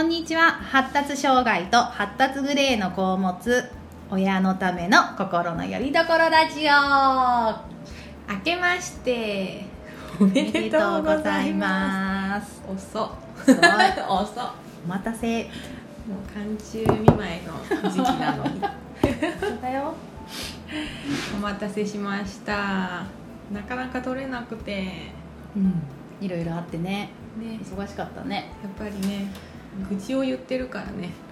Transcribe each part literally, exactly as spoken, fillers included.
んにちは。発達障害と発達グレーの子を持つ親のための心の拠り所ラジオ。明けましておめでとうございます。 遅っ遅い遅っお待たせ。 もう寒中見舞いの時期なのにそうだよ。 お待たせしました。なかなか取れなくて、 うん、いろいろあってね、 ね、 忙しかったね。 やっぱりね、愚痴を言ってるからね、 うん、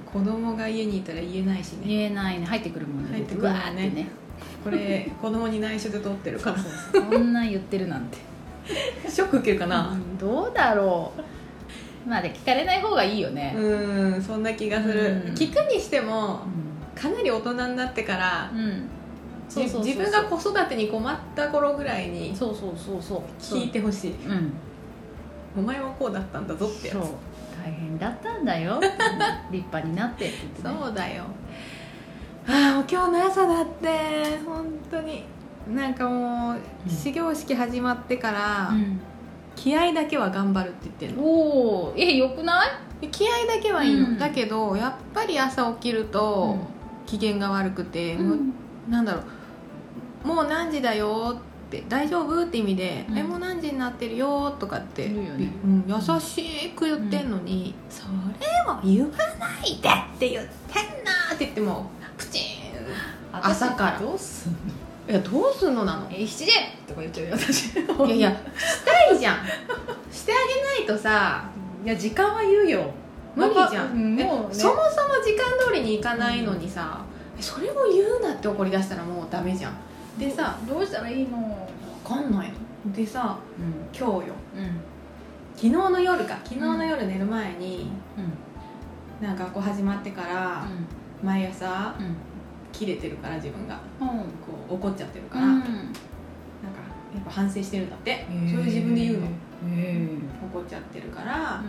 子供が家にいたら言えないしね。 言えないね。入ってくるもんね。 入ってくるもんねうわーってね。 これ子供に内緒で撮ってるからそんな言ってるなんてショック受けるかな、 うん、どうだろう。まあで聞かれない方がいいよね。 うん、そんな気がする、 うん、 聞くにしても、うん、かなり大人になってから、うんそうそうそうそう、自分が子育てに困った頃ぐらいにそうそうそうそう聞いてほしい。うん、お前はこうだったんだぞってやつ。 そう大変だったんだよ立派になってって言って、ね、 そうだよ。ああもう今日の朝だって本当になんかもう、うん、始業式始まってから、うん、気合だけは頑張るって言ってるの。 おお、えよくない？ 気合だけはいいの、うん、だけどやっぱり朝起きると、うん、機嫌が悪くて、うん、もうなんだろう、もう何時だよって大丈夫って意味で、うん、えもう何時になってるよとかって言うよね、うん、優しく言ってんのに、うん、それを言わないでって言ってんなって言ってもプチン朝からどうすんの？ いやどうすんのなの？ えしちじとか言っちゃうよ私。 いやいやしたいじゃんしてあげないとさ。 いや時間は言うよ。 無理じゃん、うん、もうね、そもそも時間通りに行かないのにさ、うん、それを言うなって怒り出したらもうダメじゃん。でさどうしたらいいの？ 分かんないのでさ、うん、今日よ、うん、昨日の夜か昨日の夜寝る前に、うん、なんか学校始まってから、うん、毎朝、うん、切れてるから自分が、うん、こう怒っちゃってるから、うん、なんかやっぱ反省してるんだって、それを自分で言うの、怒っちゃってるから、うん、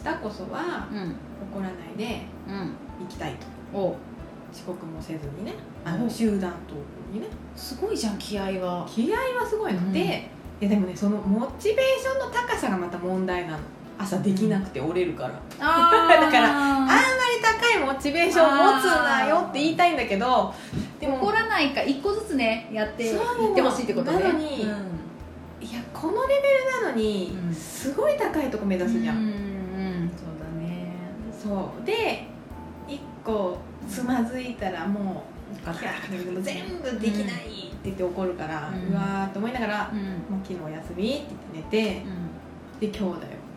明日こそは、うん、怒らないで、うん、行きたいと、お遅刻もせずにね、あの集団登校にね。 すごいじゃん気合は。 気合はすごいの、うん、で、いやでもねそのモチベーションの高さがまた問題なの。朝できなくて折れるから、うん、だからあんまり高いモチベーションを持つなよって言いたいんだけど、 でも怒らないか一個ずつねやっていってほしいってことね。 なのに、うん、いやこのレベルなのに、うん、すごい高いとこ目指すじゃん、うんうん、 そうだね。 そうで一個つまずいたらもう全部できないって言って怒るから、うん、うわーって思いながら、うん、もう昨日休みって言って寝て、うん、で今日だよ、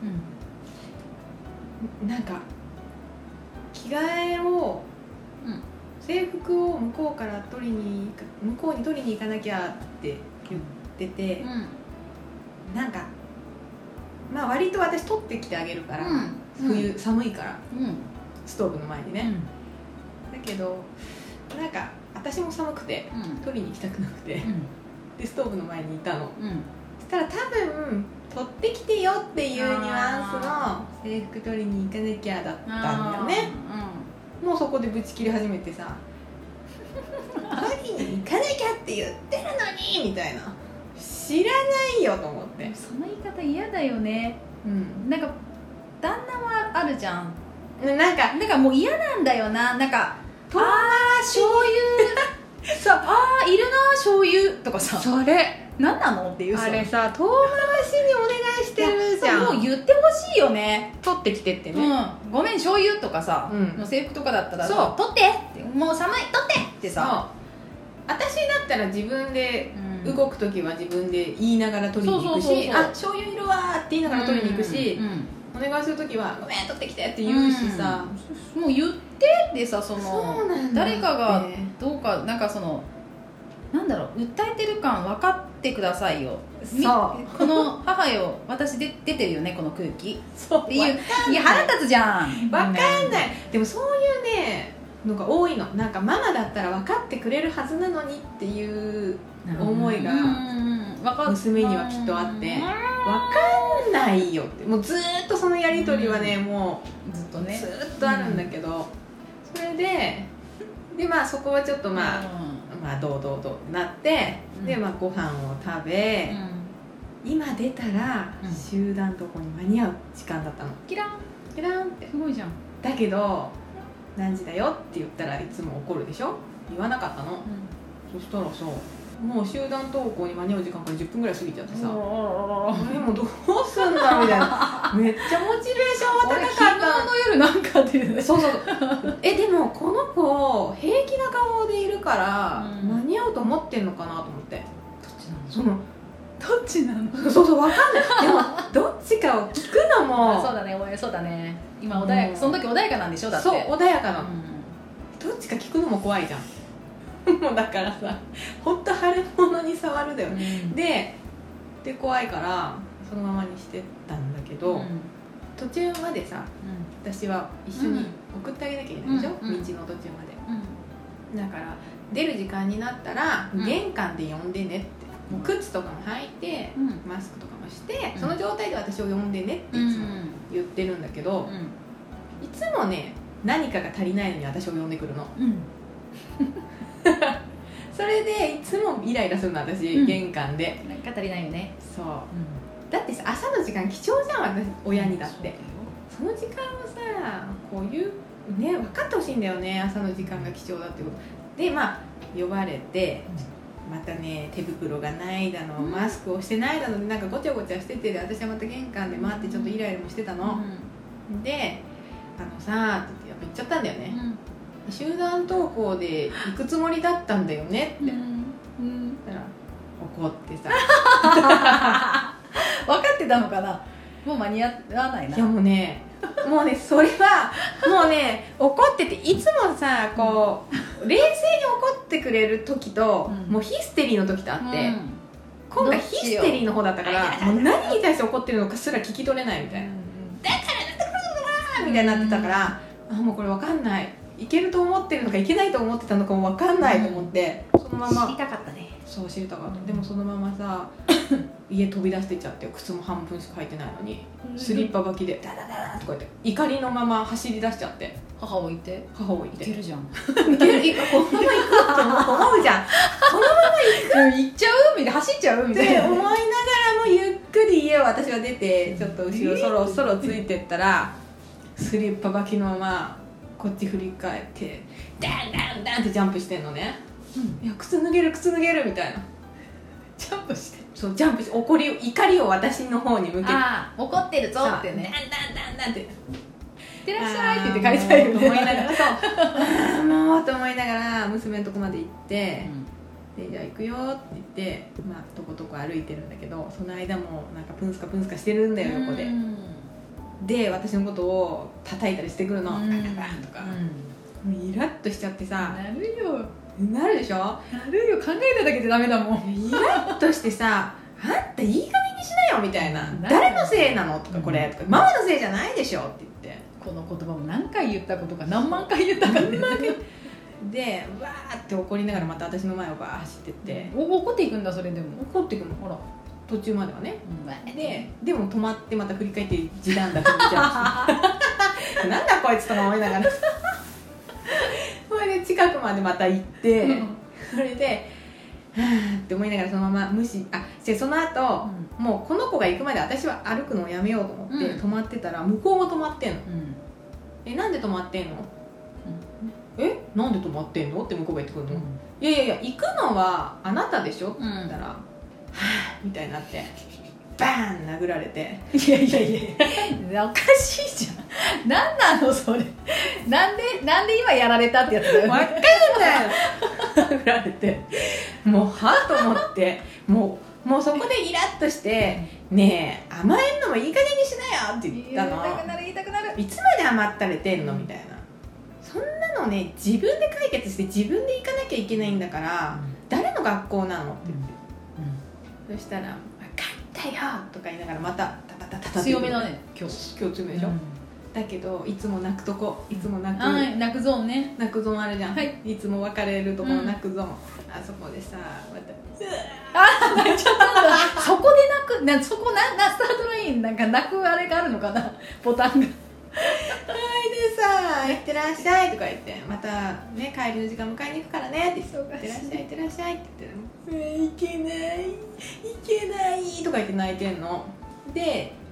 うん、なんか着替えを、うん、制服を向こうから取りに向こうに取りに行かなきゃって言ってて、うん、なんかまあ割と私取ってきてあげるから、うん、冬、うん、寒いから、うん、ストーブの前にね、だけどなんか私も寒くて、うん、取りに行きたくなくて、うん、でストーブの前にいたの、うん、そしたら多分取ってきてよっていうニュアンスの制服取りに行かなきゃだったんだよね、うん、もうそこでブチ切り始めてさ取りに行かなきゃって言ってるのにみたいな、知らないよと思って。 その言い方嫌だよね、うん、なんか旦那はあるじゃん、 なんかなんかもう嫌なんだよな、なんかあー醤油そうあーいるな醤油とかさ、 それ何なのっていうさ、 あれさ唐辛子にお願いしてるじゃん。 もう言ってほしいよね、 取ってきてってね、 うん、ごめん醤油とかさ、うん、もう制服とかだったらそう取ってってもう寒い取ってってさ、 私だったら自分で動くときは自分で言いながら取りに行くし、あ醤油いるわーって言いながら取りに行くし、うんうんうん、お願いするときはごめん取ってきてって言うしさ、 うん、もう言ってでさ、その誰かがどうかなんかそのなんだろう訴えてる感分かってくださいよ。そうこの母よ私で出てるよねこの空気そうっていう、いや腹立つじゃん。 分かんない、でもそういうねのが多いの。なんかママだったら分かってくれるはずなのにっていう思いが娘にはきっとあって、分かんないよってもうずーっとそのやり取りはね、もうずっとねずっとあるんだけど、それででまあそこはちょっとまあ、まあどうどうどうなって、でまあご飯を食べ、今出たら集団どこに間に合う時間だったの。 キランキラーンってすごいじゃん。 だけど何時だよって言ったらいつも怒るでしょ。言わなかったの、うん、そしたらさもう集団登校に間に合う時間からじゅっぷんぐらい過ぎちゃってさ、えもうどうすんだみたいなめっちゃモチベーションは高かった。 昨日の夜なんかっていうね。 そうそうそうえでもこの子平気な顔でいるから、うん、間に合うと思ってんのかなと思って。 どっちなのそのどっちなのそうそう分かんないでもどっちかを聞くのもそうだねおそうだね今穏やか、うん、その時穏やかなんでしょだって。 そう穏やかなの、うん、どっちか聞くのも怖いじゃんもうだからさ本当腫れ物に触るだよ、うん、でで怖いからそのままにしてたんだけど、うん、途中までさ、うん、私は一緒に送ってあげなきゃいけないでしょ、うん、道の途中まで、うん、だから出る時間になったら、うん、玄関で呼んでねって、うん、靴とかも履いて、うん、マスクとかもして、うん、その状態で私を呼んでねっていつも言ってるんだけど、うん、いつもね何かが足りないのに私を呼んでくるの、うんそれでいつもイライラするの私、うん、玄関でなんか足りないよね。 そう、うん、だってさ朝の時間貴重じゃん私親にだって、うん、その時間をさこういうね分かってほしいんだよね朝の時間が貴重だってことでまあ呼ばれて、うん、またね手袋がないだの、うん、マスクをしてないだのでなんかごちゃごちゃしててで私はまた玄関で待ってちょっとイライラもしてたの、うん、であのさってやっぱ言っちゃったんだよね、うん集団登校で行くつもりだったんだよねって、うんうん、だから怒ってさ分かってたのかな。もう間に合わないな。 いやもうねもうねそれはもうね怒ってていつもさこう冷静に怒ってくれる時と、うん、もうヒステリーの時とあって、うん、今回ヒステリーの方だったからもう何に対して怒ってるのかすら聞き取れないみたいな、うん、だからなんだからみたいになってたから、うん、あもうこれ分かんないいけると思ってるのかいけないと思ってたのかも分かんないと思って、うん、そのまま知りたかったね。 そう知りたかった、うん、でもそのままさ家飛び出してっちゃって靴も半分しか履いてないのに、うん、スリッパ履きでダダダダとか言って怒りのまま走り出しちゃって母を置いて母を置いていけるじゃんいけるいこのまま行くって思うじゃんこのまま行く行っちゃうみたいな走っちゃうみたいなって思いながらもゆっくり家を私は出てちょっと後ろそろそろついてったらスリッパ履きのままこっち振り返ってダンダンダンってジャンプしてんのね、うん、いや靴脱げる靴脱げるみたいなジャンプしてそうジャンプして怒り怒りを私の方に向けてああ怒ってるぞってねダンダンダンダンっていってらっしゃいって言って帰りたいよね思いながらそうあもうと思いながら娘のとこまで行って、うん、でじゃあ行くよって言ってまあとことこ歩いてるんだけどその間もなんかプンスカプンスカしてるんだよ横で、うんで私のことを叩いたりしてくるのガンガンガンとか、うん、もうイラッとしちゃってさなるよなるでしょなるよ考えただけでダメだもんイラッとしてさあんたいい加減にしなよみたいな誰のせいなのとかこれとか、うん、ママのせいじゃないでしょって言ってこの言葉も何回言ったことか何万回言ったかねでわーって怒りながらまた私の前をバー走ってって、 うん、怒っていくんだそれでも怒っていくのほら途中まではね、うん、ででも止まってまた振り返って時短だって見ちゃうなんだこいつとか思いながらそれで近くまでまた行って、うん、それではぁって思いながらそのまま無視あしてその後、うん、もうこの子が行くまで私は歩くのをやめようと思って、うん、止まってたら向こうも止まってんの、うん、えなんで止まってんの、うん、えなんで止まってんのって向こうが言ってくるの、うん、いやいやいや行くのはあなたでしょって言ったら、うんはぁみたいになってバーン殴られていやいやいやおかしいじゃん何なのそれなんでなんで今やられたってやつだよ分かんない殴られてもうはぁと思ってもうもうそこでイラッとしてねえ甘えんのもいい加減にしなよって言ったの言いたくなる言いたくなるいつまで甘ったれてんのみたいなそんなのね自分で解決して自分で行かなきゃいけないんだから、うん、誰の学校なのって言って、うん、そしたら分かったよとか言いながらまたタタタタタ強めだね今日今日強めでしょ、うん、だけどいつも泣くとこいつも泣く、 はい、泣くゾーンね泣くゾーンあるじゃん、はい、いつも別れるとこの泣くゾーン、うん、あそこでさまたあ泣いちゃったんだそこで泣くなそこななスタートラインなんか泣くあれがあるのかなボタンがはいでさ「いってらっしゃい」とか言ってまたね帰りの時間迎えに行くからねって言って「いってらっしゃいいってらっしゃい」って言って「行けない行けない」とか言って泣いてんので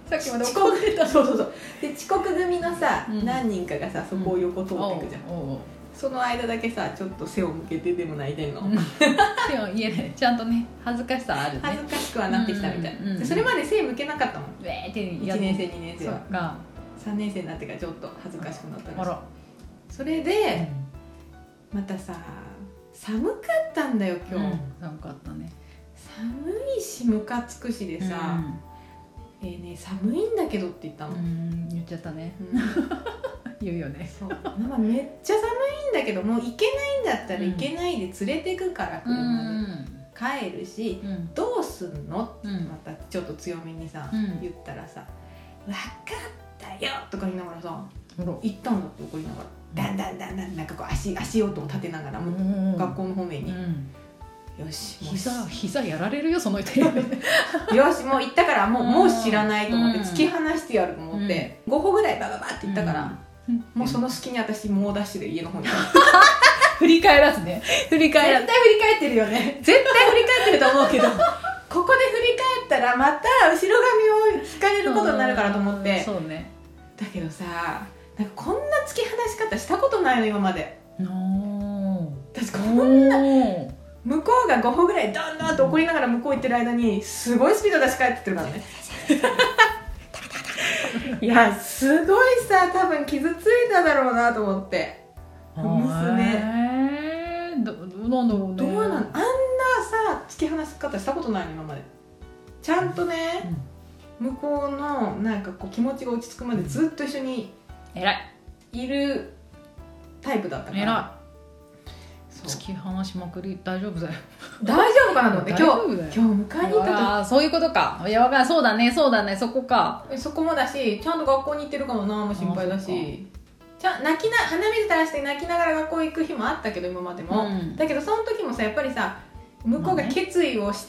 さっきまで怒ってた。 そうそうそうで遅刻組のさ、 うん、 何人かがさそこを横通っていくじゃん、 うん、おうおうその間だけさちょっと背を向けてでも泣いてんの、 うん、でも言えないちゃんとね恥ずかしさあるね。 恥ずかしくはなってきたみたいな、 うんうんうん、 それまで背向けなかったもん。 ウェーっていちねん生にねん生は。 そっかさんねん生になってからちょっと恥ずかしくなったらしい。 あらそれで、うん、またさ寒かったんだよ今日、うん、 寒かったね。 寒いしムカつくしでさ、うん、えーね寒いんだけどって言ったの、うん、 言っちゃったね、うん、言うよね。 そうママめっちゃ寒いんだけどもう行けないんだったら行けないで連れてくから車で、うん、帰るし、うん、どうすんのってまたちょっと強めにさ、うん、言ったらさ分かったよとか言いながらさ行ったんだって怒りながらだんだんだんだんなんかこう 足, 足音を立てながらもう学校の方面に、うん、よし膝膝やられるよその人よしもう行ったからもうもう知らないと思って突き放してやると思って、うん、ごほぐらいバババって行ったから、うん、もうその隙に私猛ダッシュで家の方に振り返らずね振り返らず絶対振り返ってるよね絶対振り返ってると思うけどここで振り返ったらまた後ろ髪を引かれることになるからと思って、 そうね。 だけどさなんかこんな突き放し方したことないの今まで。私こんな向こうがごほぐらいドンドンと怒りながら向こう行ってる間にすごいスピード出し帰ってってるからねいやすごいさ多分傷ついただろうなと思って娘どうなんだろうね。 どうなのあんなさ突き放し方したことないの今まで。ちゃんとね、うん、向こうのなんかこう気持ちが落ち着くまでずっと一緒にいるタイプだったから。 偉い。突き放しまくり大丈夫だよ。 大丈夫かなと思って今日今日迎えに行ったとそういうことか。いやわかんないそうだねそうだねそこか。 そこもだしちゃんと学校に行ってるかもなも心配だし。ちゃ泣きな鼻水垂らして泣きながら学校行く日もあったけど今までも、うん、だけどその時もさやっぱりさ向こうが決意をして、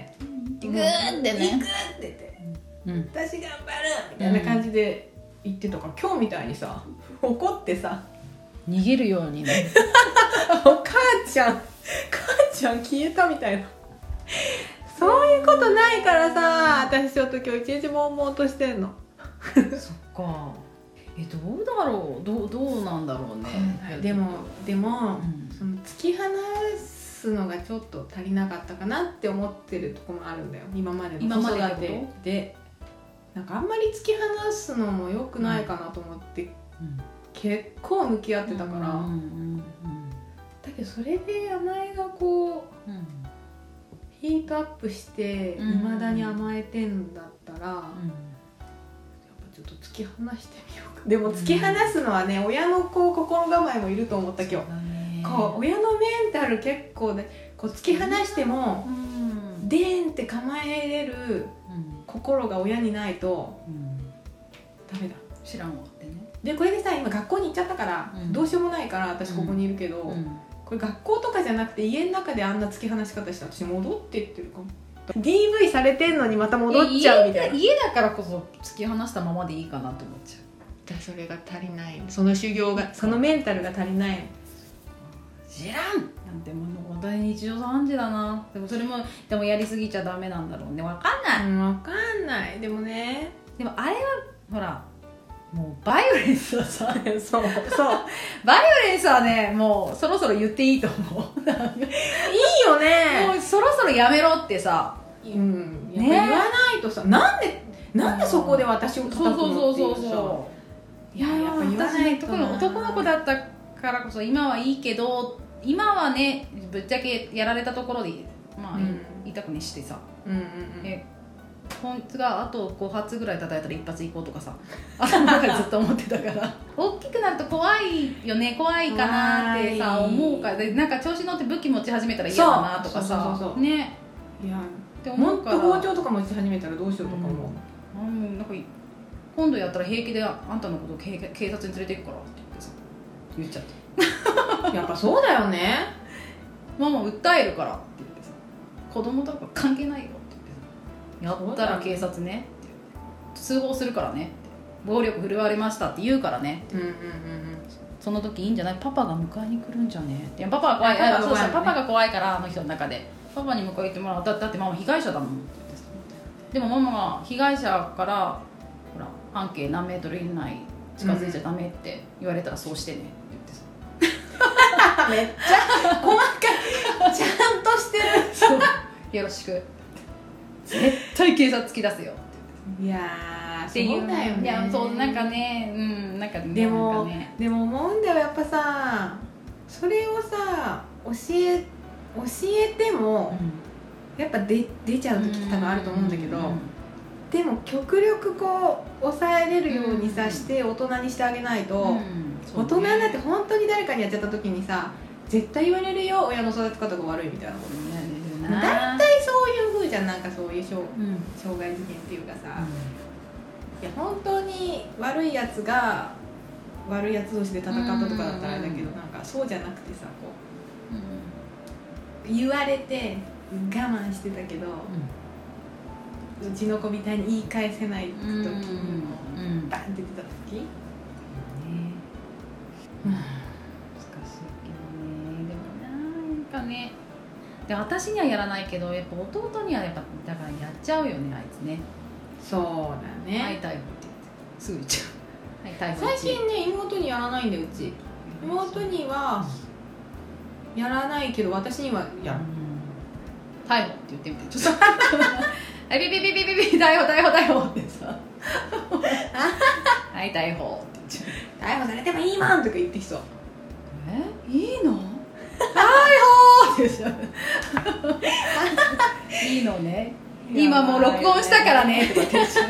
グーってね行くって言って、うん、私頑張るみたいな感じで言ってたから、今日みたいにさ怒ってさ逃げるようにねお母ちゃん母ちゃん消えたみたいなそういうことないからさ私ちょっと今日一日悶々としてんのそっかえどうだろう どう、どうなんだろうね、 うん、でもでも、うん、その突き放すのがちょっと足りなかったかなって思ってるところもあるんだよ今までの子育てで。なんかあんまり突き放すのも良くないかなと思って、うん、結構向き合ってたから、うんうんうんうん、だけどそれで甘えがこう、うん、ヒートアップして未だに甘えてんだったら、うんうん、やっぱちょっと突き放してみようか。でも突き放すのはね、うん、親のこう心構えもいると思った今日。こう親のメンタル結構でこう突き放しても、うん、でーんって構えれる心が親にないと、うん、ダメだ知らんわってね。 でこれでさ今学校に行っちゃったから、うん、どうしようもないから私ここにいるけど、うんうん、これ学校とかじゃなくて家の中であんな突き放し方したら私戻っていってるかも。 ディーブイ されてんのにまた戻っちゃうみたいな。 家だからこそ突き放したままでいいかなと思っちゃう。 だそれが足りない、その修行がそのメンタルが足りないの。 知らんなんてもう本当に日常茶飯事だな。でもそれもでもやりすぎちゃダメなんだろうね。分かんない、 うん、分かんない。でもねでもあれはほらもうバイオレンスはさそうそうバイオレンスはねもうそろそろ言っていいと思ういいよね。 もうそろそろやめろってさ、 うん、やっぱ言わないとさ、ね、なんでなんでそこで私を叩くのっていうさ。そうそうそうそういややっぱ言わないと。 特に男の子だったからこそ今はいいけど今はねぶっちゃけやられたところでまあ、うん、痛くねしてさ、うんうんうん、えこいつがあとご発ぐらい叩いたら一発行こうとかさ頭の中でずっと思ってたから大きくなると怖いよね怖いかなってさ思うからでなんか調子乗って武器持ち始めたら嫌だなとかさねいやって思うからもっと包丁とか持ち始めたらどうしようとか思う、 うん、うん、なんか今度やったら平気であんたのことを警察に連れて行くからって言ってさ言っちゃったやっぱそうだよねママ訴えるからって言ってさ子供とか関係ないよって言ってさやったら警察ねって通報するからねって暴力振るわれましたって言うからねって、うんうんうんうん、その時いいんじゃないパパが迎えに来るんじゃねって。いやパパが怖い、パパが怖い、ね、そうそうパパが怖いからあの人の中でパパに迎え行ってもらう だ, だってママ被害者だもんって言ってさでもママが被害者から半径何メートル以内近づいちゃダメって言われたらそうしてねって言ってさめっちゃ細かいちゃんとしてるそうよろしく絶対警察突き出すよっていやーっていうそうだよね。 いやそうなんかねうんなんかねでもなんかねでも思うんだよやっぱさそれをさ教え教えても、うん、やっぱ出出ちゃう時多分あると思うんだけど、うんうん、でも極力こう抑えれるようにさ、うん、して大人にしてあげないと、うんね、大人になって本当に誰かにやっちゃった時にさ絶対言われるよ親の育て方が悪いみたいなことになる大体そういう風じゃんなんかそういう障、うん、障害事件っていうかさ、うん、いや本当に悪いやつが悪いやつ同士で戦ったとかだったらあれだけど、うん、なんかそうじゃなくてさこう、うん、言われて我慢してたけど、うん、うちの子みたいに言い返せない時にも、うん、バンって出た時、ねうん、難しいけどねでもなんかねで私にはやらないけどやっぱ弟にはやっぱだからやっちゃうよねあいつねそうだねはい逮捕って言ってすぐ言っちゃう、はい、逮捕最近ね妹にやらないんだようち妹にはやらないけど私にはやる、 うん、逮捕って言ってみてちょっとはいビビビビビビ逮捕逮捕逮捕ってさはい逮捕って言っちゃう逮捕されてもいいもんとか言ってきそうえいいの逮捕でしょいいのね今もう録音したからねとかって言っちゃう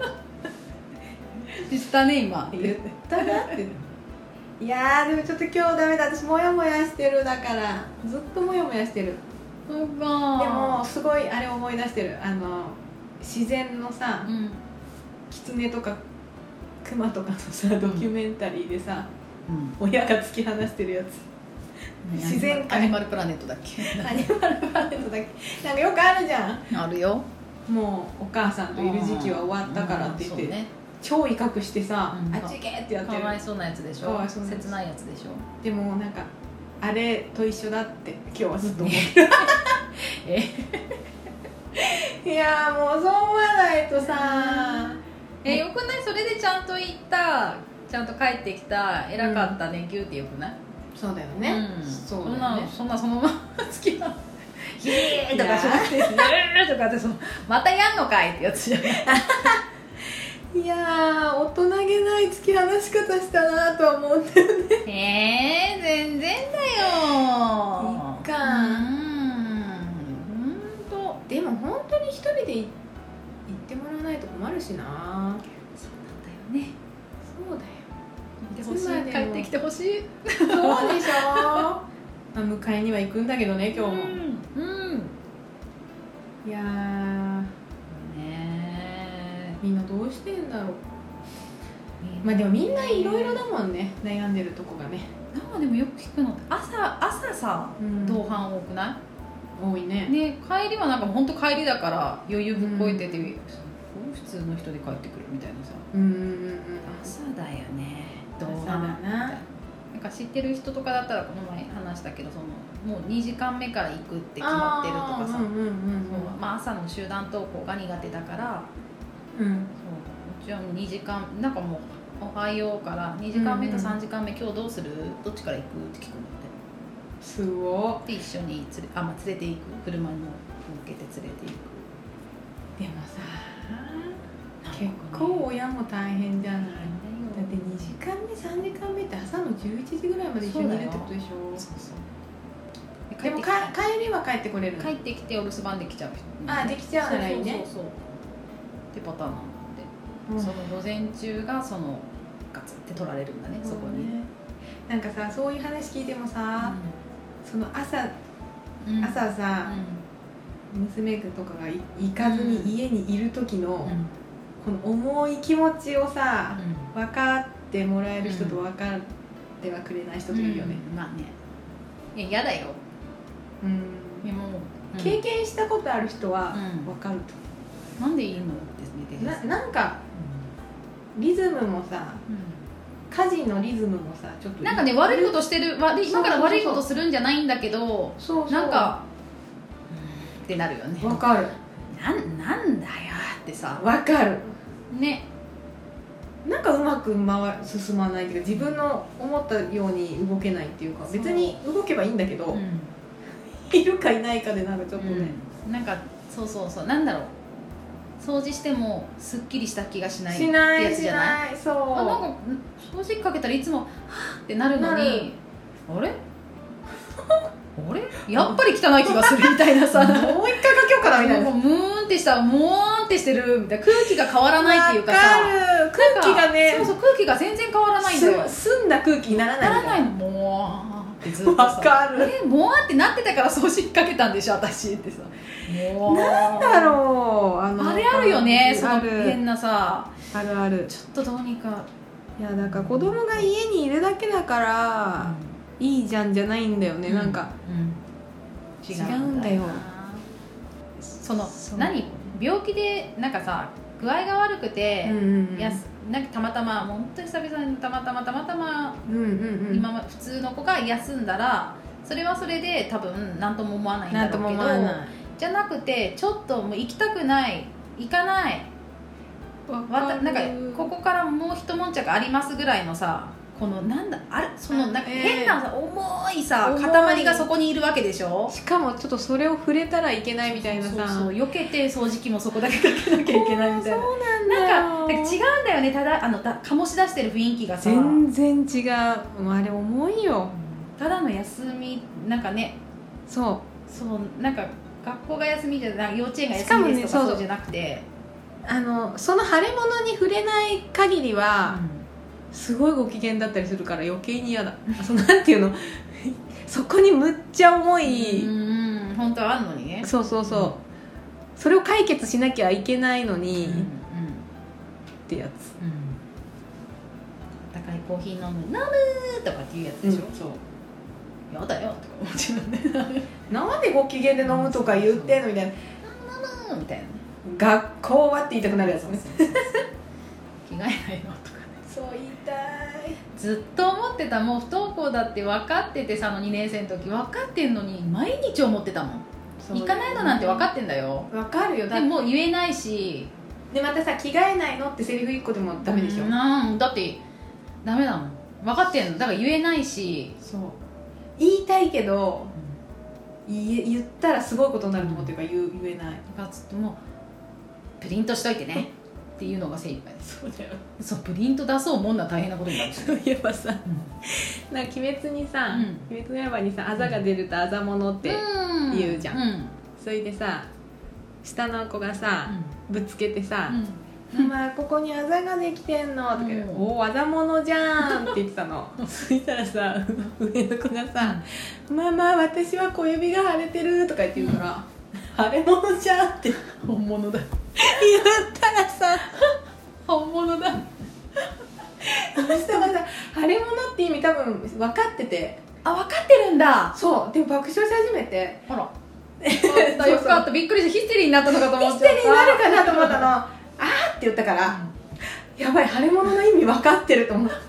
言ったね今言ったなっていやーでもちょっと今日ダメだ私モヤモヤしてるだからずっとモヤモヤしてるそうかでもすごいあれ思い出してるあの自然のさ、うん、キツネとかクマとかのさドキュメンタリーでさ、うん、親が突き放してるやつ自然界アニマルプラネットだっけアニマルプラネットだっけなんかよくあるじゃんあるよもうお母さんといる時期は終わったからって言って、うんうんね、超威嚇してさ、うん、あっち行けってやってるかわいそうなやつでしょかわいそうな切ないやつでしょでもなんかあれと一緒だって今日はずっと思ってるえいやもうそう思わないとさえよくないそれでちゃんと言ったちゃんと帰ってきた偉かったね、うん、ギューってよくないそうだよね、うん、そうだよねそんなそんなそのまま好きなヒーとかしなくてヒーとかってそのまたやんのかいってやつじゃないいやー大人げない突き放し方したなとは思うんだよねえー、全然だよいいかうんほんとでも本当に一人で行ってもらわないと困るしなそうなんだよねそうだよ帰ってきてほしいそうでしょまあ迎えには行くんだけどね今日もうん、うん、いやーねみんなどうしてんだろうまあでもみんないろいろだもんね悩んでるとこがねなんかでもよく聞くのって朝朝さ、うん、同伴多くない多いねね帰りはなんか本当帰りだから余裕ぶっこいてて、うん、普通の人で帰ってくるみたいなさうんうんうんうん朝だよねどうだななんか知ってる人とかだったらこの前話したけどそのもうにじかんめから行くって決まってるとかさ朝の集団登校が苦手だから、うん、そうもちろんにじかんなんかもうおはようからにじかんめとさんじかんめ、うんうん、今日どうするどっちから行くって聞くのってすごいで一緒に連れ、あ、まあ、連れて行く車に乗っけて連れて行くでもさ結構親も大変じゃないだってにじかんめさんじかんめって朝のじゅういちじぐらいまで一緒にいるってことでしょそうそうでもか帰りは帰ってこれるの帰ってきてお留守番できちゃう人、 あできちゃうならいいねそうそうそうってパターンなんで、うん、その午前中がそのガツって取られるんだね、そこに、ね、 なんかさそういう話聞いてもさ、うん、その朝、うん、朝さ、うん、娘とかが行かずに家にいる時の、うんこの重い気持ちをさ、うん、分かってもらえる人と分かってはくれない人といるよね、 うんうん、まあねいや嫌だよ、 うん、いやもう、うん、経験したことある人は分かると、 うん、なんでいいのってな, なんか、うん、リズムもさ、うん、家事のリズムもさちょっとなんかね悪いことしてる悪い今から悪いことするんじゃないんだけどそうそうなんか、うん、ってなるよね分かるな, なんだよってさ分かるねなんかうまく回進まないっていうか、自分の思ったように動けないっていうか、別に動けばいいんだけど、うん、いるかいないかでなんかちょっとね、 うん、なんかそうそうそう、なんだろう、掃除してもすっきりした気がしないってやつじゃない？ しない、そう。 あ、なんか掃除機かけたらいつもはぁってなるのに、あれあれやっぱり汚い気がするみたいなさ、 もう一回かけようかなみたいな、 ムーンってしたムーンってしてるみたいな、空気が変わらないっていうかさ、 わかる、空気がね、 そうそう、空気が全然変わらないんだよ。 澄んだ空気にならないならないの、もうってずっとさ、 わかる、 えもうってなってたから掃除機かけたんでしょ私ってさ、もうなんだろう、あのあれあるよね、その変なさ、 あるある、 ちょっとどうにか、 いやなんか子供が家にいるだけだから、うん、いいじゃんじゃないんだよね、うん、なんか、うん、違うんだよ。 その何病気でなんかさ具合が悪くて、うんうんうん、やすなんかたまたま本当に久々にたまたまたまたま、うんうんうん、今普通の子が休んだらそれはそれで多分何とも思わないんだろうけど、じゃなくてちょっともう行きたくない行かないわたなんかここからもう一悶着ありますぐらいのさ、このなんだあれそのなんか変なさ、えー、重いさ塊がそこにいるわけでしょ。しかもちょっとそれを触れたらいけないみたいなさ、そうそう避けて掃除機もそこだけかけなきゃいけないみたいな。 そうなんだよ。 なんか違うんだよね、ただあのだ醸し出してる雰囲気がさ全然違う。あれ重いよ。 ただの休みなんかね、 そうそうなんか学校が休みじゃない、幼稚園が休みですとかそうじゃなくて、 あのその腫れ物に触れない限りは、うんすごいご機嫌だったりするから余計に嫌だそのなんていうのそこにむっちゃ重い、 うん本当はあるのにね、 そうそうそう、うん、それを解決しなきゃいけないのに、うんうん、ってやつ、うん、 高いコーヒー飲む飲むとかっていうやつでしょ、うん、そうやだよとか思っちゃうねなんでご機嫌で飲むとか言ってんのみたいな、 飲むみたいな、 学校はって言いたくなるやつね着替えないのとか、 そう言いたい。 ずっと思ってた、もう不登校だって分かっててさ、のにねん生の時分かってんのに毎日思ってたもん、行かないのなんて分かってんだよ、 分かるよ、 でも言えないし、 でまたさ着替えないのってセリフいっこでもダメでしょ、 うんなんだってダメだもん、分かってんのだから言えないし、 そう言いたいけど、うん、言, 言ったらすごいことになると思ってるから 言, 言えない、 だからつってもうプリントしといてねっていうのが精一杯です。 そうだよ。 そうプリント出そうもんな大変なことになるし、 そういえばさ、うん、なんか鬼滅にさ、うん、鬼滅の刃にさ、あざが出るとあざものって言うじゃん、うん、それでさ下の子がさ、うん、ぶつけてさ、うん、お前ここにあざができてんのとか、うん、おおあざものじゃんって言ってたのそしたらさ上の子がさ、うん、ママ私は小指が腫れてるとか言って言うから、うん、腫れ物じゃんって本物だ言ったらさ本物だそしたらさ腫れ物って意味多分分かってて、 あ分かってるんだ、 そうでも爆笑し始めて、 あらよかったびっくりしてヒステリーになったのかと思って、 ヒステリーになるかなと思ったのあーって言ったから、うん、やばい腫れ物の意味分かってると思って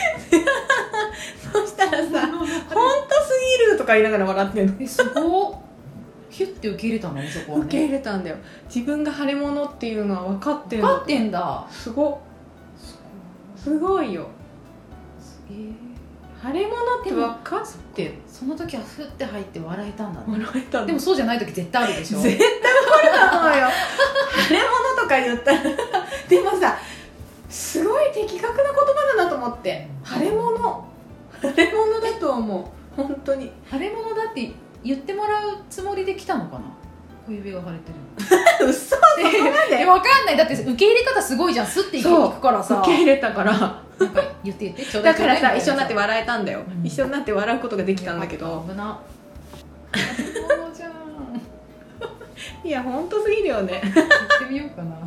そしたらさ本当すぎるとか言いながら笑ってんの、 えすごっヒュッて受け入れたのそこは、ね、 受け入れたんだよ、自分が腫れ物っていうのは分かってる分かってんだ、 すごすごいよ、えー、腫れ物って分かってる、 その時はフッて入って笑えたんだね、 笑えたんだ、 でもそうじゃない時絶対あるでしょ、 絶対怒ると思うよ腫れ物とか言ったらでもさすごい的確な言葉だなと思って、腫れ物腫れ物だと思う、本当に腫れ物だって言ってもらうつもりで来たのかな、小指が腫れてる嘘そこまで分かんない、だって受け入れ方すごいじゃん、スッていくからさ、 受け入れたからなんか言って言ってちょうだいだからさ一緒になって笑えたんだよ、うん、一緒になって笑うことができたんだけど、 危なじゃんいや本当すぎるよね言ってみようかな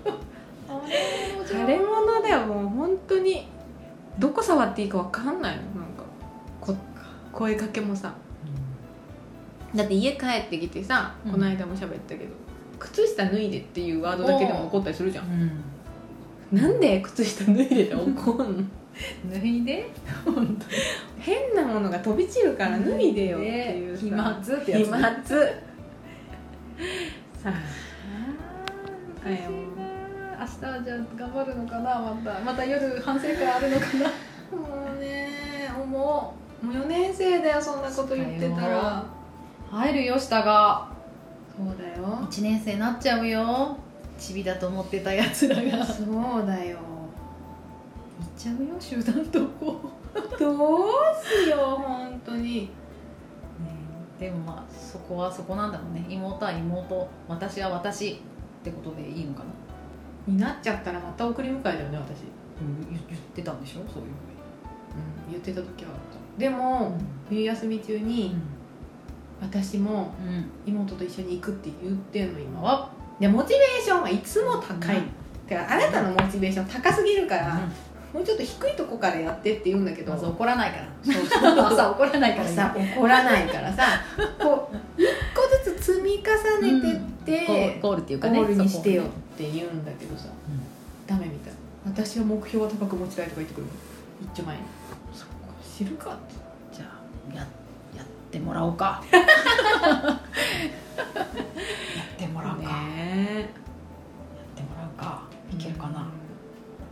腫れ物だよ、もう本当にどこ触っていいか分かんないの、なんかこ声かけもさ、だって家帰ってきてさ、うん、この間も喋ったけど靴下脱いでっていうワードだけでも怒ったりするじゃん、うん、なんで靴下脱いでって怒んの脱いで本当に変なものが飛び散るから脱いでよっていうさ、 飛沫ってやつ、 飛沫さああ明日じゃあ頑張るのかな、またまた夜反省会あるのかなもうね思うもうよねん生だよ、そんなこと言ってたら。 入るよ下が。 そうだよ、 いちねん生になっちゃうよ、チビだと思ってたやつらが。 そうだよ、 行っちゃうよ集団登校どうしよう本当に、ね、 でもまあそこはそこなんだろうね。妹は妹、私は私ってことでいいのかな。 になっちゃったらまた送り迎えだよね私、 うん、言ってたんでしょそういうふうに、 うん、言ってた時はあった。でも、うん、冬休み中に、うん、私も妹と一緒に行くって言ってんの今は。でモチベーションはいつも高い、うん、てかあなたのモチベーション高すぎるから、うん、もうちょっと低いとこからやってって言うんだけど、 まず怒らないから。 そうそう朝怒らないからさ怒らないからさこう一個ずつ積み重ねてって、 うん、ゴールっていうかね、 ゴールにしてよって言うんだけどさ、うん、ダメみたい。私は目標は高く持ちたいとか言ってくるの一丁前に。そっか知るかって。 じゃあ や, やってもらおうかやってもらうか、ね、やってもらうか。いけるかな、うん、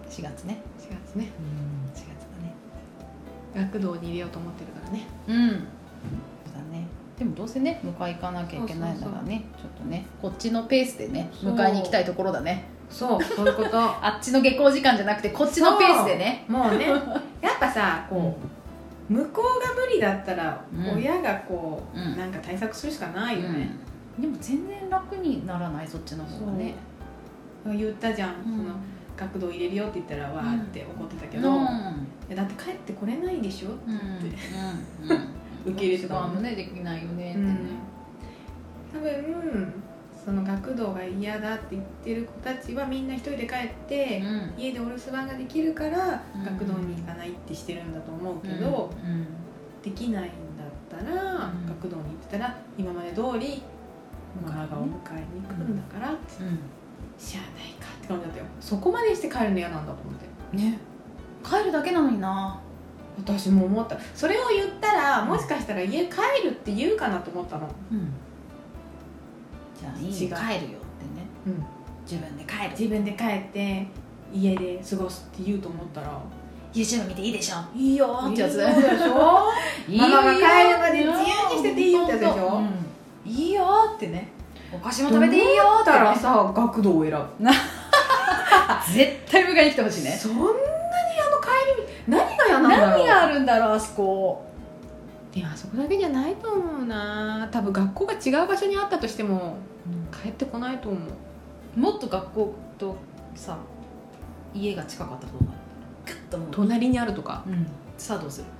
しがつねしがつね、 うん、しがつだね。 学童に入れようと思ってるからね。 うんそうだね。でもどうせね迎え行かなきゃいけないならね、ちょっとねこっちのペースでね迎えに行きたいところだね。 そうそういうことあっちの下校時間じゃなくてこっちのペースでね。 もうねやっぱさこう、うん、向こうが無理だったら、うん、親がこう、うん、なんか対策するしかないよね、 うん、でも全然楽にならないそっちの方がね。 言ったじゃん、うん、その学童入れるよって言ったらわーって怒ってたけど、うん、いやだって帰ってこれないでしょって言って、うんうんうん、受け入れてたもんね。できないよねってね、 うん、多分その学童が嫌だって言ってる子たちはみんな一人で帰って、うん、家でお留守番ができるから、うん、学童に行かないってしてるんだと思うけど、うんうん、できないんだったら、うん、学童に行ってたら今まで通りママがお迎えに来るんだからって、うん、しゃあないかって感じだったよ。そこまでして帰るの嫌なんだと思ってね。帰るだけなのにな。 私も思った。それを言ったらもしかしたら家帰るって言うかなと思ったの、うん、 じゃあいいよ帰るよってね、うん、自分で帰る自分で帰って家で過ごすって言うと思ったら YouTube 見ていいでしょいいよってやつでしょママが帰るまで自由にしてていいよってやつでしょ、 うん、いいよってね。お菓子も食べていいよって、 ね、ったらさ学童を選ぶ絶対迎えに来てほしいね。 そんなにあの帰り何が嫌なんだろう。 何があるんだろうあそこ。 いやあそこだけじゃないと思うな。多分学校が違う場所にあったとしても、うん、帰ってこないと思う。 もっと学校とさ家が近かったらどうなる。グッともう隣にあるとか、うん、 さあどうする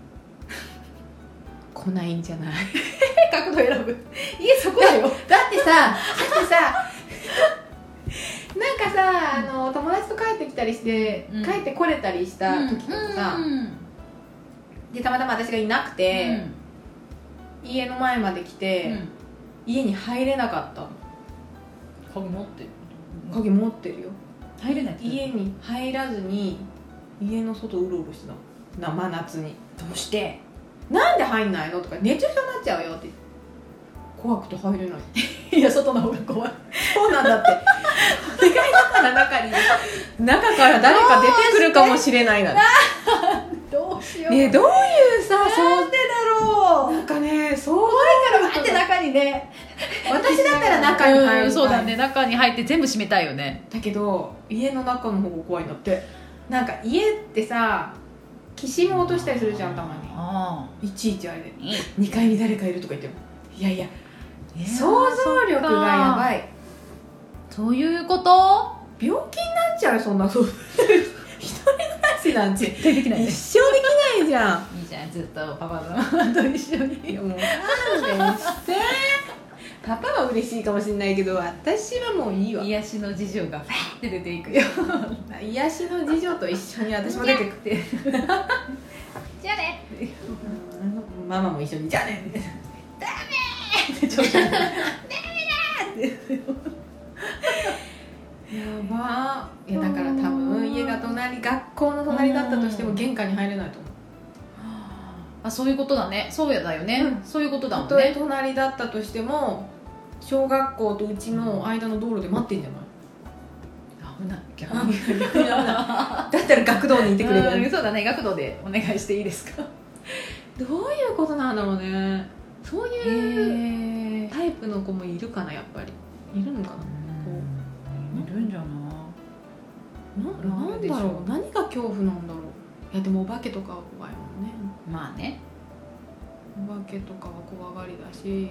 来ないんじゃない角度選ぶ家そこだよ。 だってさだってさなんかさあの友達と帰ってきたりして、うん、帰ってこれたりした時とかさ、うんうん、でたまたま私がいなくて、うん、家の前まで来て、うん、家に入れなかった。 鍵持ってる鍵持ってるよ。 入れない。 家に入らずに家の外うろうろしてたな真夏に。 どうしてなんで入んないのとか熱中症になっちゃうよって怖くて入れないいや外の方が怖い。 そうなんだって意外だったら中に中から誰か出てくるかもしれないな。 どうしようね。どういうさなんでだろう。 なんかねそう怖いから待って中にね私だったら中に入るたい、 うん、そうだね中に入って全部閉めたいよね。 だけど家の中の方が怖いんだって。なんか家ってさきしむ落としたりするじゃんたまに。あいちいちあれでにかいに誰かいるとか言ってもいやいや、えー、想像力がやばい。 そういうこと。 病気になっちゃうそんなそう一人暮らしなんて絶対できない、ね、 一生できないじゃん。 いいじゃんずっとパパと一緒に。 いやもう勘弁してパパは嬉しいかもしれないけど私はもういいわ。 癒しの次女がファーって出ていくよ癒しの次女と一緒に私も出てくってじゃあねママも一緒にじゃあねダメってちょっとダメだってやばいやだから多分家が隣学校の隣だったとしても玄関に入れないと思う。 あそういうことだね。そうやだよね、うん、そういうことだもんね。 たとえ隣だったとしても小学校とうちの間の道路で待ってんじゃない。 危ない逆に逆に危ないだったら学童にいてくれる。 そうだね、学童でお願いしていいですか。 どういうことなんだろうね。そういうタイプの子もいるかな、やっぱりいるのかな。こういるんじゃない。 な、なんだろう、何が恐怖なんだろう。いやでもお化けとかは怖いもんね。 まあね、 お化けとかは怖がりだし。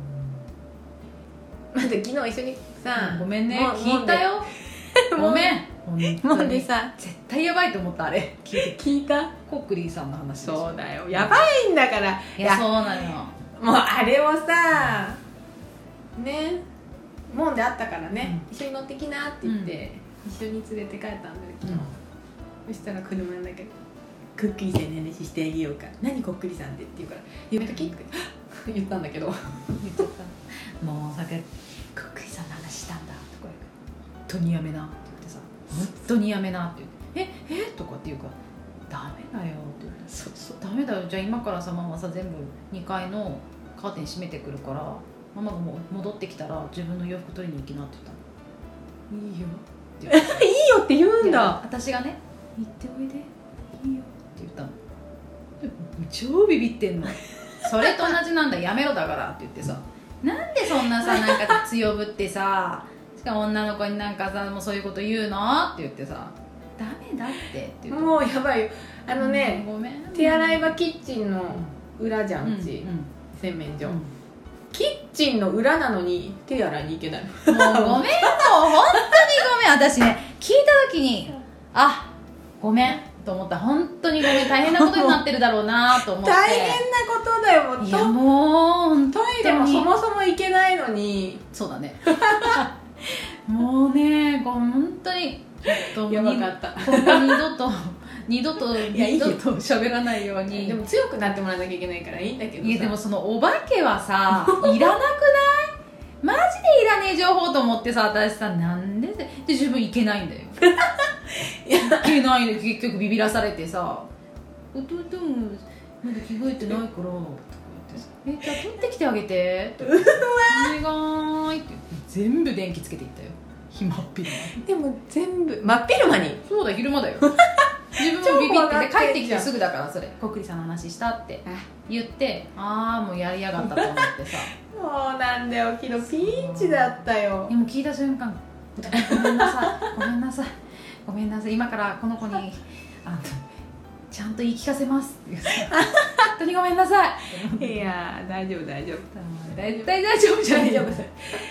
待って、昨日一緒にさ、 ごめんね、聞いたよ。ごめん。 もんでさ、 絶対やばいと思ったあれ。 聞いた聞いた。 コックリーさんの話でしょ。 そうだよ、やばいんだから。 いやそうなのよ。 もうあれをさ、ね、もんであったからね、うん、一緒に乗ってきなって言って、うん、一緒に連れて帰ったんだよ昨日、うん、そしたら車の中でクックリさんの話してあげようか。何コックリさんってって言うからやめときって言ったんだけど言っちゃったもうさっきクックリさんの話したんだとか本当にやめなって言ってさ、本当にやめなって言ってええとかって言うからダメだよって言って、そうそうダメだよ、じゃあ今からさママさ全部にかいのカーテン閉めてくるからママがもう戻ってきたら自分の洋服取りに行きなって言ったの。いいよって言っていいよって言うんだ。私がね行っておいでいいよって言ったの。超ビビってんのそれと同じなんだ、やめろだからって言ってさ、なんでそんなさなんか強ぶってさしかも女の子になんかさもうそういうこと言うのって言ってさ、ダメだってって言って、もうやばいよ。あのね、ごめん、手洗い場キッチンの裏じゃん、うち、うんうん、洗面所、うん、キッチンの裏なのに手洗いに行けない。もうごめん、もう本当にごめん。私ね聞いた時にあごめんと思った。本当にごめん、大変なことになってるだろうなと思って大変なことだよ。いやもうトイレもそもそも行けないのに。そうだねもうね本当にやばかった。今後二度と二度と二度と喋らないように。でも強くなってもらわなきゃいけないからいいんだけどさ。いやでもそのお化けはさいらなくない？マジでいらねえ情報と思ってさ、私さなんでで自分いけないんだよいけないの結局ビビらされてさ、弟もまだ着替えてないからとか言ってさ、えじゃあ取ってきてあげてお願いって全部電気つけていったよ。真っ昼間。でも全部真っ昼間に。そうだ昼間だよ自分もビビってて帰ってきてすぐだからそれコックリさんの話したって言ってああもうやりやがったと思ってさそうなんだよ、昨日ピンチだったよ。でも聞いた瞬間ごめんなさいごめんなさいごめんなさい今からこの子にあのちゃんと言い聞かせますって言って本当にごめんなさいいや大丈夫大丈夫絶対大丈夫じゃない大丈夫や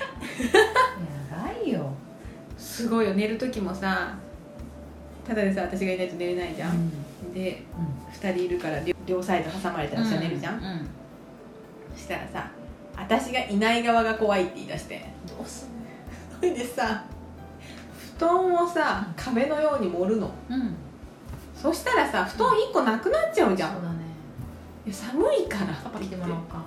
ばいよ。すごいよ。寝る時もさただでさ私がいないと寝れないじゃん、うん、で、うん、ふたりいるから両サイド挟まれたらさ、うん、寝るじゃん、うん、そしたらさ私がいない側が怖いって言い出してどうすんのそれでさ布団をさ壁のように盛るの、うん、そしたらさ布団いっこなくなっちゃうじゃん、そうだね、いや寒いからパパ来てもらおうか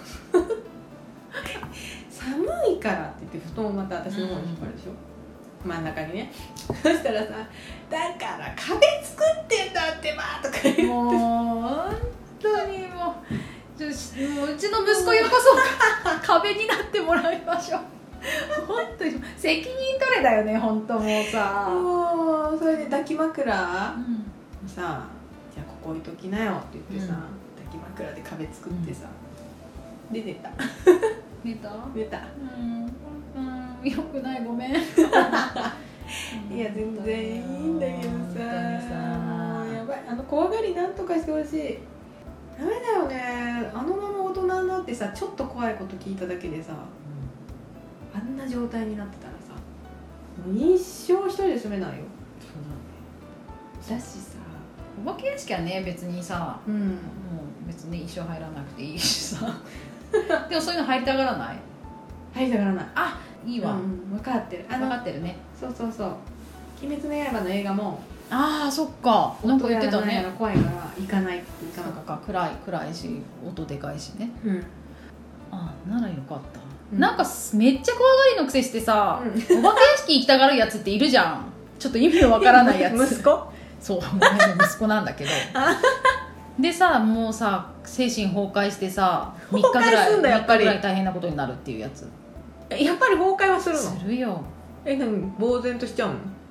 寒いからって言って布団をまた私の方に引っ張るでしょ、うん、真ん中にねそしたらさだから壁作ってんだってばとか言ってもう本当にもううちの息子よこそ壁になってもらいましょう本当に責任取れだよね本当もうさもうそれで抱き枕、うん、さじゃあここ置いときなよって言ってさ、うん、抱き枕で壁作ってさ、うん、で寝た寝た寝たうんうんよくないごめんいや全然いいんだけどさもうやばい。あの怖がりなんとかしてほしい。ダメだよね。あのまま大人になってさちょっと怖いこと聞いただけでさ、うん、あんな状態になってたらさもう一生一人で住めないよ。そうだね。だしさお化け屋敷はね別にさ、うん、もう別に一生入らなくていいしさでもそういうの入りたがらない？入りたがらない。あいいわ、うん、分かってる。分かってるね。そうそうそう。鬼滅の刃の映画もああそっかなんか言ってたね。怖いから行かないって言ったのかか暗い暗いし音でかいしね、うん、あならよかった、うん、なんかめっちゃ怖がりのくせしてさ、うん、お化け屋敷行きたがるやつっているじゃんちょっと意味のわからないやつ息子そうごめん息子なんだけどでさもうさ精神崩壊してさみっかぐらいみっかぐらい大変なことになるっていうやつ。やっぱり崩壊はするの？するよ。え何呆然としちゃうの？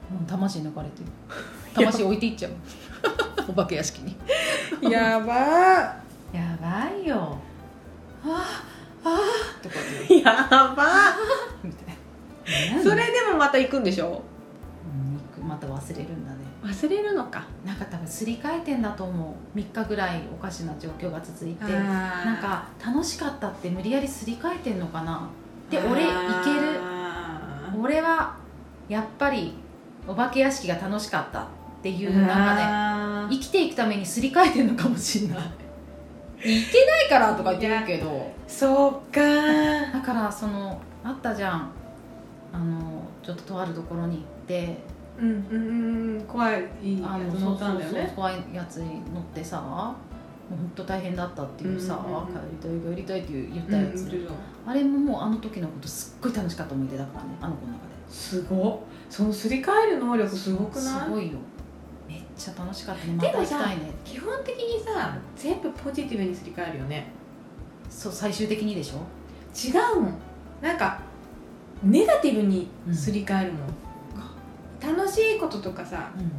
もう魂抜かれてる魂置いていっちゃうお化け屋敷にやばーやばいよああああとか言ってやばみたいなそれでもまた行くんでしょ。 うん、また忘れるんだね。 忘れるのか。 なんか多分すり替えてんだと思う。みっかぐらいおかしな状況が続いて、なんか楽しかったって無理やりすり替えてんのかな。で俺いける、俺はやっぱりお化け屋敷が楽しかったっていうなんかね、生きていくためにすり替えてんのかもしれないいけないからとか言ってるけど、 そうか。 だからそのあったじゃん、あのちょっととあるところに行ってうんうんうん、怖いやつ乗ったんだよね。 そうそうそう、怖いやつに乗ってさ、もう本当大変だったっていうさ、 うんうんうん、 帰りたい帰りたいって言ったやつ、 うん、 あれももうあの時のことすっごい楽しかった思い出だからね、あの子の中で。 すごっ、そのすり替える能力すごくない？ すごいよ、めっちゃ楽しかったね。また行きたいね。 基本的にさ、全部ポジティブにすり替えるよね。 そう、最終的にでしょ。 違うもん、なんかネガティブにすり替えるもん、うん、楽しいこととかさ、うん、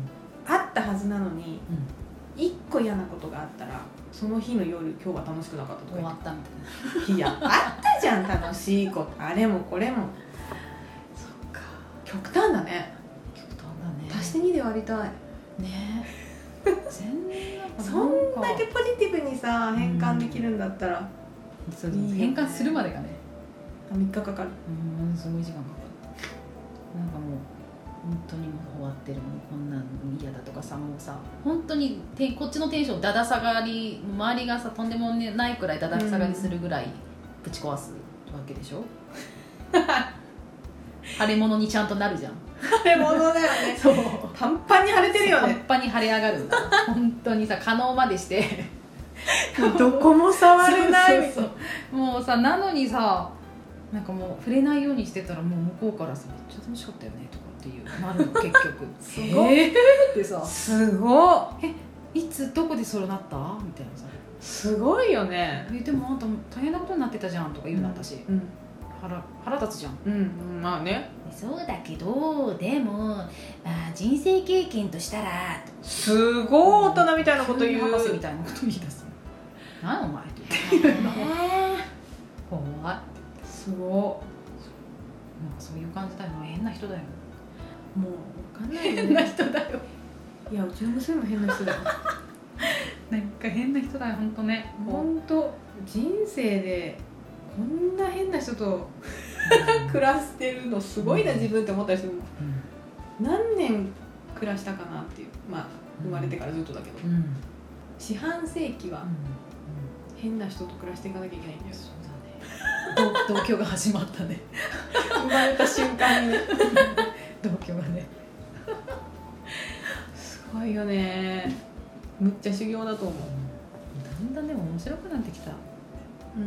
あったはずなのに、うん、いっこ嫌なことがあったらその日の夜、今日は楽しくなかったとか終わったみたいな。 いや、あったじゃん楽しいこと、あれもこれも。 そっか、 極端だね。 極端だね。 足してにで割りたいね全然そんだけポジティブにさ変換できるんだったら、 うん、そうそう、変換するまでがねみっかかかる。 うん、すごい時間かかる。なんかもう本当にもう終わってるもん、こんなの嫌だとかさ、もうさ本当にてこっちのテンションだだ下がり、周りがさとんでもないくらいだだ下がりするぐらいぶち壊すわけでしょ、うん、腫れ物にちゃんとなるじゃん。 腫れ物だよね。そう、パンパンに腫れてるよね。 パンパンに腫れ上がるんだ本当にさ、可能までしてどこも触れないみたいな。 そうそうそう、もうさ、なのにさ、なんかもう触れないようにしてたら、もう向こうからさ、めっちゃ楽しかったよねとかっていうなるの結局すごい、えー、ってさ、すごっ、え、いつどこでそうなったみたいなさ、 すごいよね。 え、でもあんた大変なことになってたじゃんとか言うの私、うん、腹, 腹立つじゃん。 うん、まあね。 そうだけど、でも、まあ、人生経験としたら、 すごい大人みたいなこと言う、 博士みたいなこと言い出す。何お前って言って怖い。すごい。なんかそういう感じだよな。変な人だよ。 もう分かんないよね。 変な人だよ。 いや、うちの娘も変な人だよ。 なんか変な人だよ、本当ね。 本当人生でこんな変な人と暮らしてるのすごいな、自分って思ったりする。うん、何年暮らしたかなっていう、まあ生まれてからずっとだけど、うん、四半世紀は変な人と暮らしていかなきゃいけないんだよ。そうだね。 同居が始まったね。 生まれた瞬間にね。 同居がね。 すごいよね。むっちゃ修行だと思う。 だんだんでも面白くなってきた。 うん、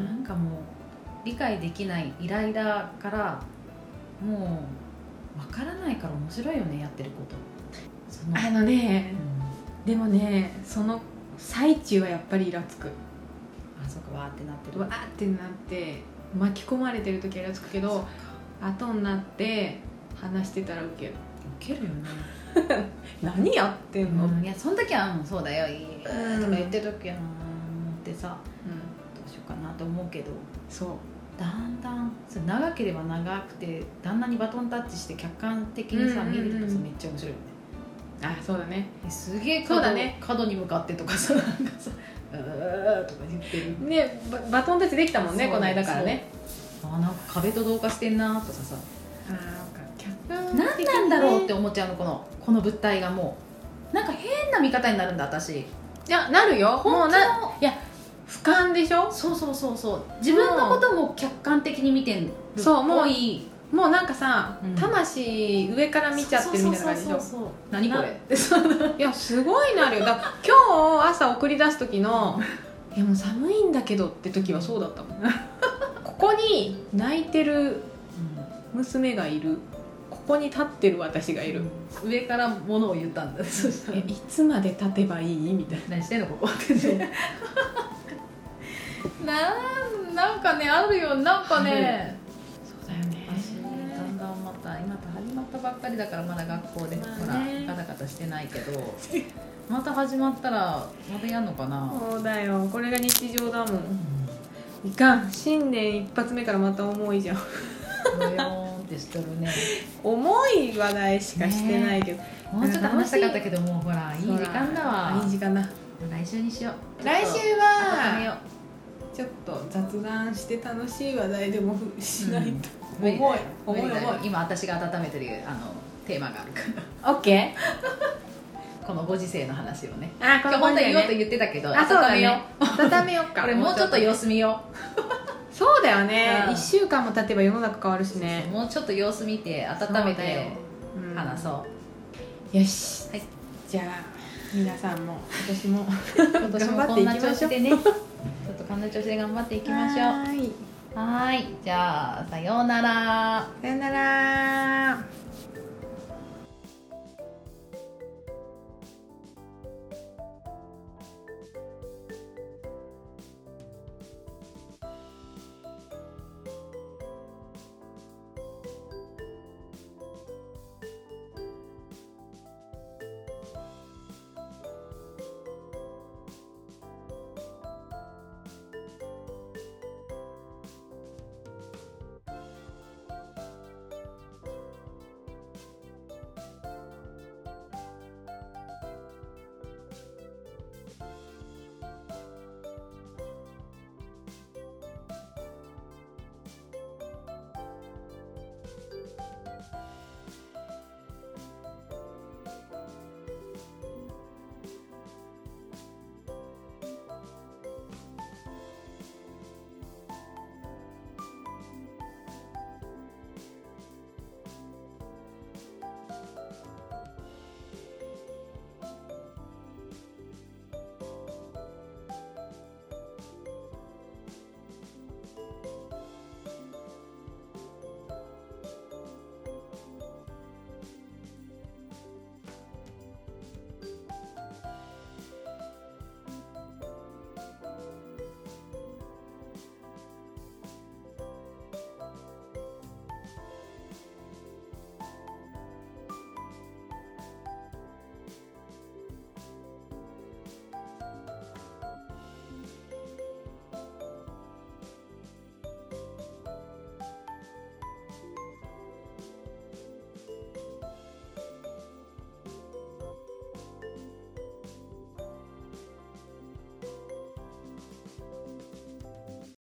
なんかもう理解できないイライラからもう分からないから面白いよね、やってること。 そのあのね、うん、でもね、その最中はやっぱりイラつく。 あ、そこわーってなってる。 わーってなって巻き込まれてる時はイラつくけど、後になって話してたらウケる。 ウケるよね。 何やってんの、 うん、いやその時はもうそうだよいい、うん、とか言ってる時は思ってさ、うん、どうしようかなと思うけど、 そうだんだんそれ長ければ長くて旦那にバトンタッチして客観的にさ、うんうんうん、見るとさめっちゃ面白いよね。 あ、そうだね。 すげえ角、ね、角に向かってとかさ、なんかさうーとか言ってるね、バ, バトンタッチできたもんね、この間からね。 あ、なんか壁と同化してんなとかさ、 あ、 何なんだろうって思っちゃうの、このこの物体がもうなんか変な見方になるんだ私。いや、なるよ。もうな、いや俯瞰でしょ。 そうそうそうそう、自分のことも客観的に見てるっぽい。 そう、もういい、もうなんかさ、うん、魂上から見ちゃってるみたいな感じでしょ。そうそうそうそう、何これ。いや、すごいなるよ。だ今日朝送り出す時のいやもう寒いんだけどって時はそうだったもん。ここに泣いてる娘がいる、ここに立ってる私がいる、 うん、上から物を言ったんだ。そしたらいつまで立てばいいみたいな。 何してんのここってね。な, なんかね、あるよ、なんかね。 そうだよね。 だんだんまた今と始まったばっかりだからまだ学校で、 まあほらねガタガタしてないけどまた始まったらまたやんのかな。 そうだよ、これが日常だもん。いかん、新年一発目からまた重いじゃん。 ボヨーンってしてるね。 重い話題しかしてないけど、 ね、もうちょっと話したかったけど、もうほらいい時間だわ。 いい時間だ。 来週にしよう。 来週はうちょっと雑談して楽しい話題でもしないと、 うん、 重い重い重い。 今私が温めてるあのテーマがあるからオッケー。このご時世の話をね。 あ、こ今日本当は言おうと言ってたけど、温めよう。 温めようか。 これもうちょっと様子見よう。そうだよね。 うん、 いっしゅうかんも経てば世の中変わるしね。 もうちょっと様子見て温めて話そう。 うん、よし。はい。じゃあ皆さんも今年も今年もこんな調子でね。ちょっとこんな調子で頑張っていきましょう。はい。はい。じゃあさようなら。 さようなら。